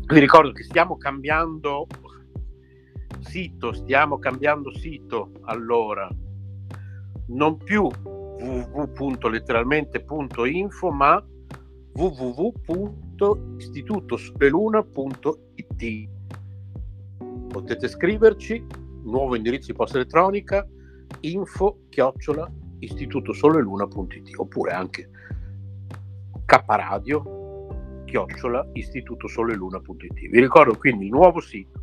Vi ricordo che stiamo cambiando sito, allora non più www.letteralmente.info, ma www.istitutosoleluna.it. Potete scriverci, nuovo indirizzo di posta elettronica, info@istitutosoleluna.it, oppure anche kradio@istitutosoleluna.it. Vi ricordo quindi il nuovo sito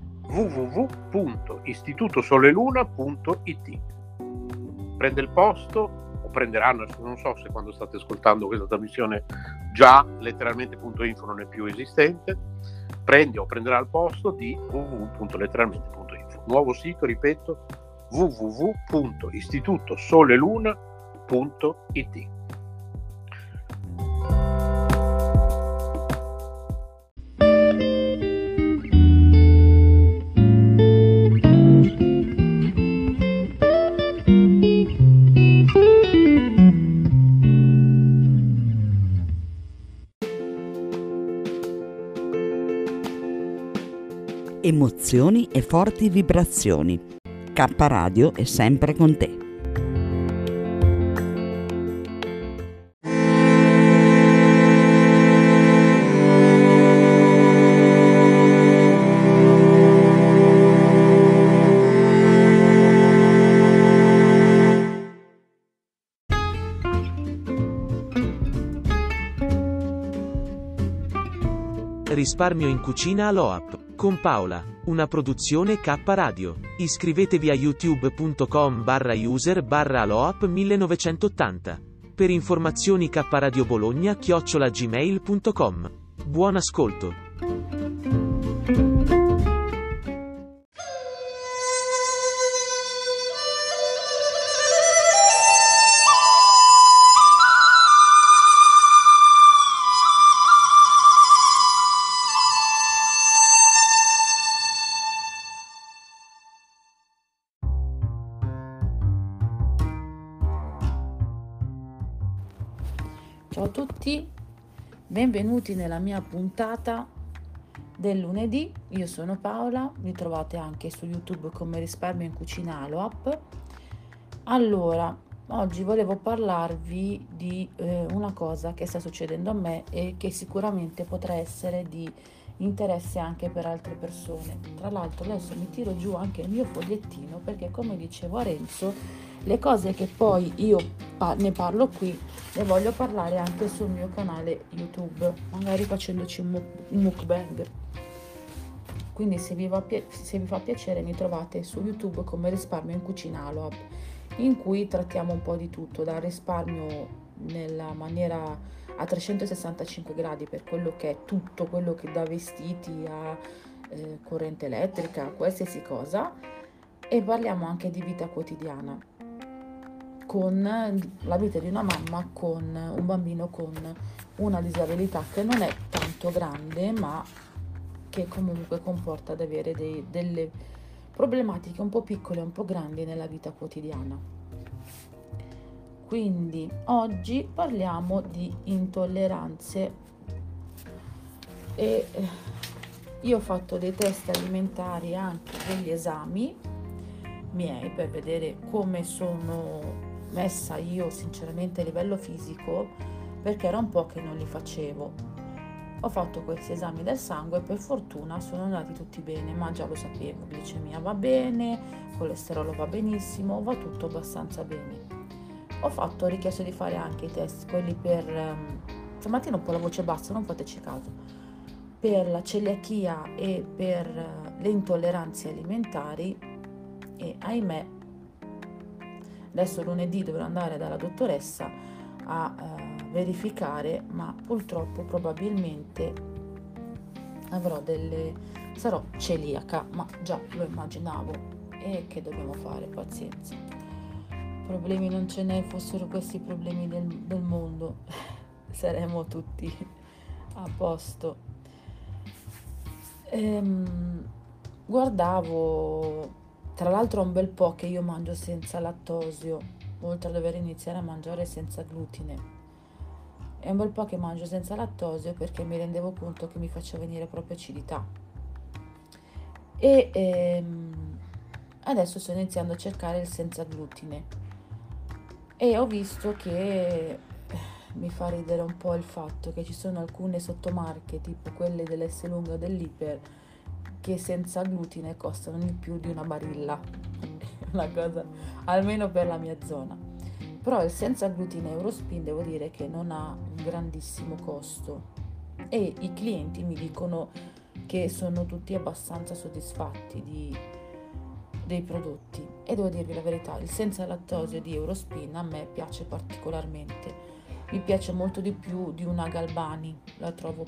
www.istitutosoleluna.it. Prende il posto, o prenderanno, non so se quando state ascoltando questa trasmissione già letteralmente.info non è più esistente, prende o prenderà il posto di www.letteralmente.info. Nuovo sito, ripeto, www.istitutosoleluna.it. Emozioni e forti vibrazioni. K Radio è sempre con te. Risparmio in cucina Aloap con Paola, una produzione K Radio. Iscrivetevi a youtube.com/user/Aloap 1980. Per informazioni kradiobologna@gmail.com. Buon ascolto. Ciao a tutti, benvenuti nella mia puntata del lunedì. Io sono Paola, mi trovate anche su YouTube come Risparmio in Cucina Aloap. Allora, oggi volevo parlarvi di una cosa che sta succedendo a me e che sicuramente potrà essere di interesse anche per altre persone. Tra l'altro adesso mi tiro giù anche il mio fogliettino perché, come dicevo a Renzo, le cose che poi io ne parlo qui ne voglio parlare anche sul mio canale YouTube, magari facendoci un mukbang. Quindi se vi fa piacere mi trovate su YouTube come Risparmio in Cucina Aloap, in cui trattiamo un po' di tutto, dal risparmio nella maniera a 365 gradi per quello che è tutto, quello che da vestiti a corrente elettrica, qualsiasi cosa, e parliamo anche di vita quotidiana, con la vita di una mamma con un bambino con una disabilità che non è tanto grande, ma che comunque comporta ad avere delle problematiche un po' piccole e un po' grandi nella vita quotidiana. Quindi oggi parliamo di intolleranze e io ho fatto dei test alimentari, anche degli esami miei per vedere come sono messa io sinceramente a livello fisico, perché era un po' che non li facevo. Ho fatto questi esami del sangue e per fortuna sono andati tutti bene, ma già lo sapevo, glicemia va bene, colesterolo va benissimo, va tutto abbastanza bene. Ho richiesto di fare anche i test, quelli per stamattina ho un po' la voce bassa, non fateci caso, per la celiachia e per le intolleranze alimentari, e ahimè adesso lunedì dovrò andare dalla dottoressa a verificare, ma purtroppo probabilmente sarò celiaca, ma già lo immaginavo. E che dobbiamo fare? Pazienza. Problemi non ce ne fossero questi problemi del mondo, saremmo tutti a posto. Guardavo, tra l'altro, un bel po' che io mangio senza lattosio, oltre a dover iniziare a mangiare senza glutine. è un bel po' che mangio senza lattosio perché mi rendevo conto che mi faceva venire proprio acidità. E adesso sto iniziando a cercare il senza glutine e ho visto che mi fa ridere un po' il fatto che ci sono alcune sottomarche, tipo quelle dell'Esselunga o dell'Iper, che senza glutine costano di più di una Barilla. Una cosa, almeno per la mia zona. Però il senza glutine Eurospin devo dire che non ha un grandissimo costo e i clienti mi dicono che sono tutti abbastanza soddisfatti dei prodotti, e devo dirvi la verità, il senza lattosio di Eurospin a me piace particolarmente. Mi piace molto di più di una Galbani, la trovo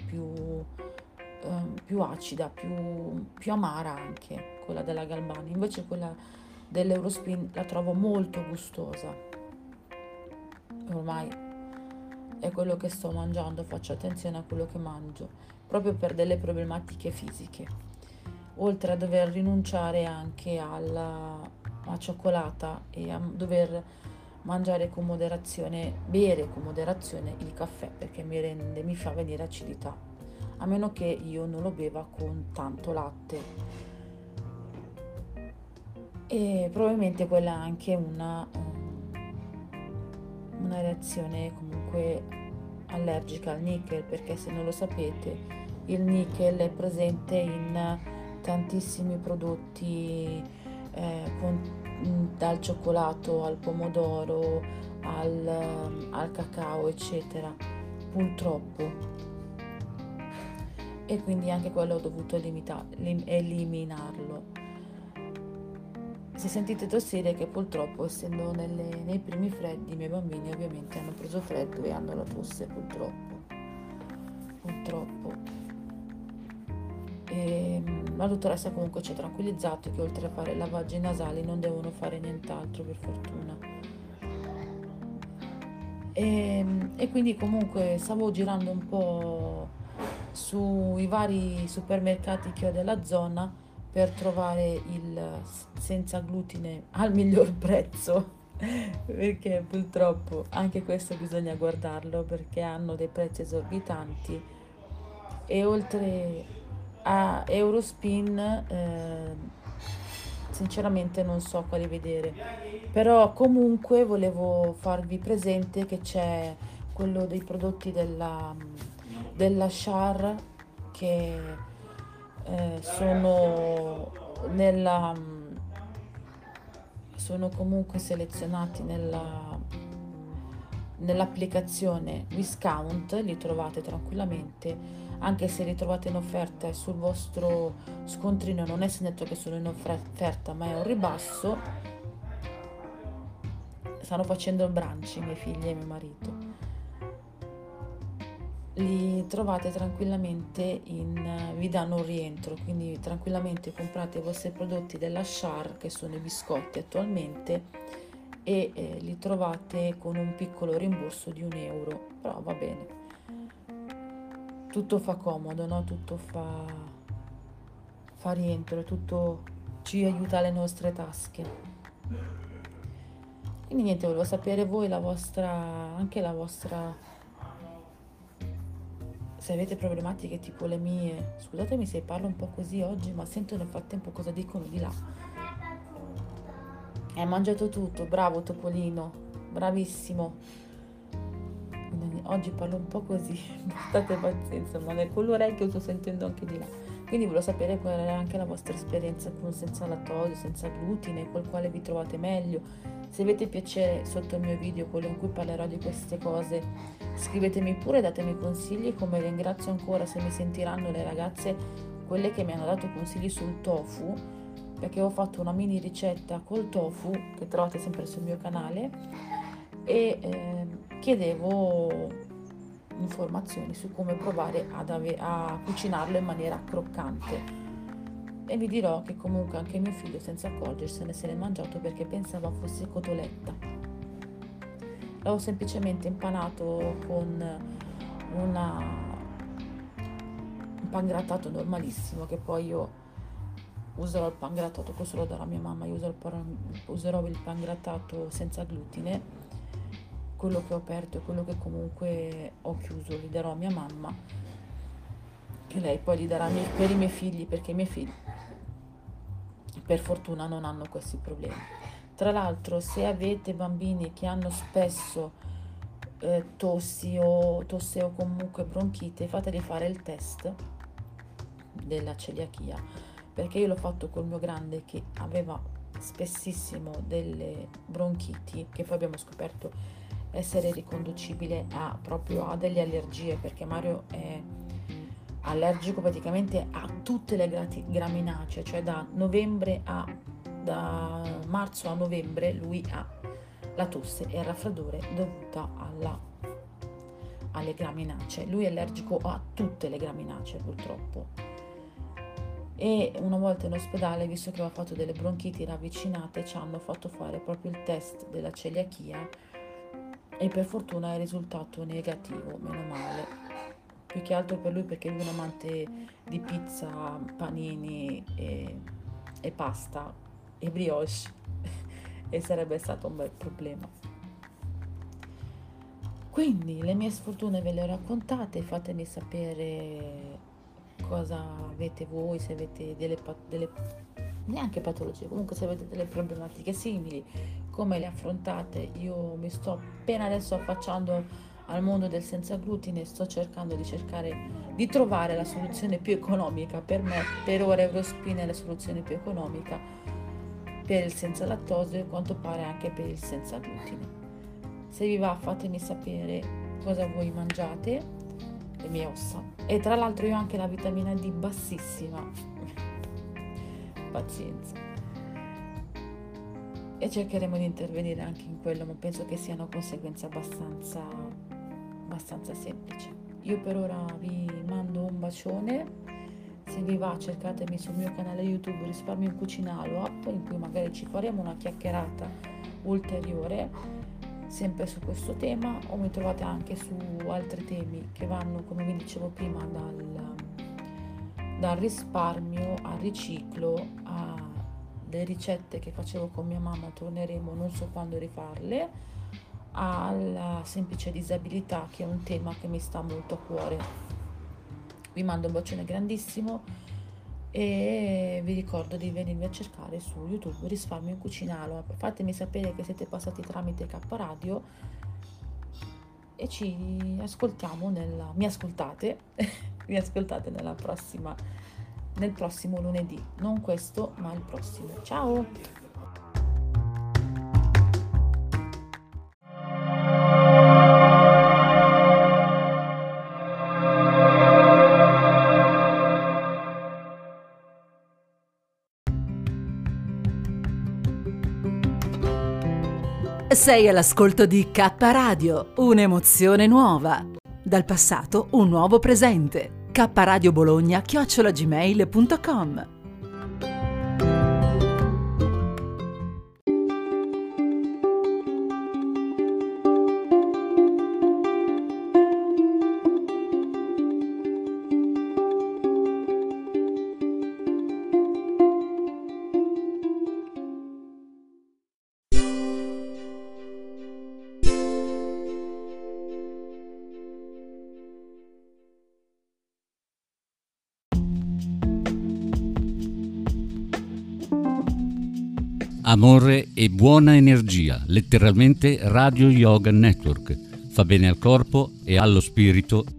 più acida, più amara anche, quella della Galbani. Invece quella dell'Eurospin la trovo molto gustosa. Ormai è quello che sto mangiando, faccio attenzione a quello che mangio, proprio per delle problematiche fisiche. Oltre a dover rinunciare anche alla cioccolata e a dover mangiare con moderazione, bere con moderazione il caffè, perché mi fa venire acidità, a meno che io non lo beva con tanto latte. E probabilmente quella è anche una reazione comunque allergica al nickel, perché se non lo sapete il nickel è presente in tantissimi prodotti, dal cioccolato al pomodoro al cacao eccetera, purtroppo, e quindi anche quello ho dovuto eliminarlo. Se sentite tossire, che purtroppo essendo nei primi freddi i miei bambini ovviamente hanno preso freddo e hanno la tosse, purtroppo. E la dottoressa comunque ci ha tranquillizzato che oltre a fare lavaggi nasali non devono fare nient'altro, per fortuna. E quindi comunque stavo girando un po' sui vari supermercati che ho della zona per trovare il senza glutine al miglior prezzo, perché purtroppo anche questo bisogna guardarlo, perché hanno dei prezzi esorbitanti. E oltre a Eurospin sinceramente non so quali vedere, però comunque volevo farvi presente che c'è quello dei prodotti della Char, che sono comunque selezionati nell'applicazione Viscount, li trovate tranquillamente, anche se li trovate in offerta e sul vostro scontrino non è segnato che sono in offerta ma è un ribasso. Stanno facendo il brunch i miei figli e mio marito. Li trovate tranquillamente vi danno un rientro, quindi tranquillamente comprate i vostri prodotti della Char, che sono i biscotti attualmente, e li trovate con un piccolo rimborso di €1, però va bene, tutto fa comodo, no? Tutto fa rientro, tutto ci aiuta alle nostre tasche. Quindi niente, volevo sapere voi anche la vostra, se avete problematiche tipo le mie. Scusatemi se parlo un po' così oggi, ma sento nel frattempo cosa dicono di là. Hai mangiato tutto, bravo Topolino, bravissimo. Quindi oggi parlo un po' così, state pazienza, ma con l'orecchio sto sentendo anche di là. Quindi volevo sapere qual è anche la vostra esperienza con senza lattosio, senza glutine, col quale vi trovate meglio. Se avete piacere sotto il mio video, quello in cui parlerò di queste cose, scrivetemi pure, datemi consigli, come ringrazio ancora se mi sentiranno le ragazze, quelle che mi hanno dato consigli sul tofu, perché ho fatto una mini ricetta col tofu che trovate sempre sul mio canale, e chiedevo informazioni su come provare a cucinarlo in maniera croccante. E vi dirò che comunque anche mio figlio, senza accorgersene, se l'è mangiato perché pensava fosse cotoletta. L'avevo semplicemente impanato con un pangrattato normalissimo, che poi io userò il pangrattato, questo lo darò a mia mamma, io userò il pangrattato senza glutine, quello che ho aperto e quello che comunque ho chiuso li darò a mia mamma, che lei poi li darà per i miei figli, perché i miei figli per fortuna non hanno questi problemi. Tra l'altro, se avete bambini che hanno spesso tosse o comunque bronchite, fateli fare il test della celiachia, perché io l'ho fatto col mio grande che aveva spessissimo delle bronchiti, che poi abbiamo scoperto essere riconducibile proprio a delle allergie, perché Mario è allergico praticamente a tutte le graminacee, cioè da marzo a novembre lui ha la tosse e il raffreddore dovuta alle graminacee. Lui è allergico a tutte le graminacee, purtroppo. E una volta in ospedale, visto che aveva fatto delle bronchiti ravvicinate, ci hanno fatto fare proprio il test della celiachia e per fortuna è risultato negativo, meno male. Più che altro per lui, perché lui è un amante di pizza, panini e pasta e brioche e sarebbe stato un bel problema. Quindi le mie sfortune ve le ho raccontate, fatemi sapere cosa avete voi, se avete delle neanche patologie, comunque se avete delle problematiche simili, come le affrontate. Io mi sto appena adesso affacciando al mondo del senza glutine, sto cercando di trovare la soluzione più economica per me. Per ora Eurospin è la soluzione più economica per il senza lattosio e a quanto pare anche per il senza glutine. Se vi va, fatemi sapere cosa voi mangiate, le mie ossa. E tra l'altro io ho anche la vitamina D bassissima, pazienza, e cercheremo di intervenire anche in quello, ma penso che sia una conseguenza abbastanza semplice. Io per ora vi mando un bacione, se vi va cercatemi sul mio canale YouTube Risparmio in Cucina Aloap, in cui magari ci faremo una chiacchierata ulteriore sempre su questo tema, o mi trovate anche su altri temi che vanno, come vi dicevo prima, dal risparmio al riciclo, a le ricette che facevo con mia mamma, torneremo, non so quando rifarle, alla semplice disabilità, che è un tema che mi sta molto a cuore. Vi mando un bacione grandissimo e vi ricordo di venirmi a cercare su YouTube Risparmio in Cucina Aloap. Fatemi sapere che siete passati tramite K Radio e ci ascoltiamo mi ascoltate nel prossimo lunedì, non questo ma il prossimo. Ciao! Sei all'ascolto di K Radio, un'emozione nuova. Dal passato un nuovo presente. kradiobologna@gmail.com. Amore e buona energia, letteralmente Radio Yoga Network. Fa bene al corpo e allo spirito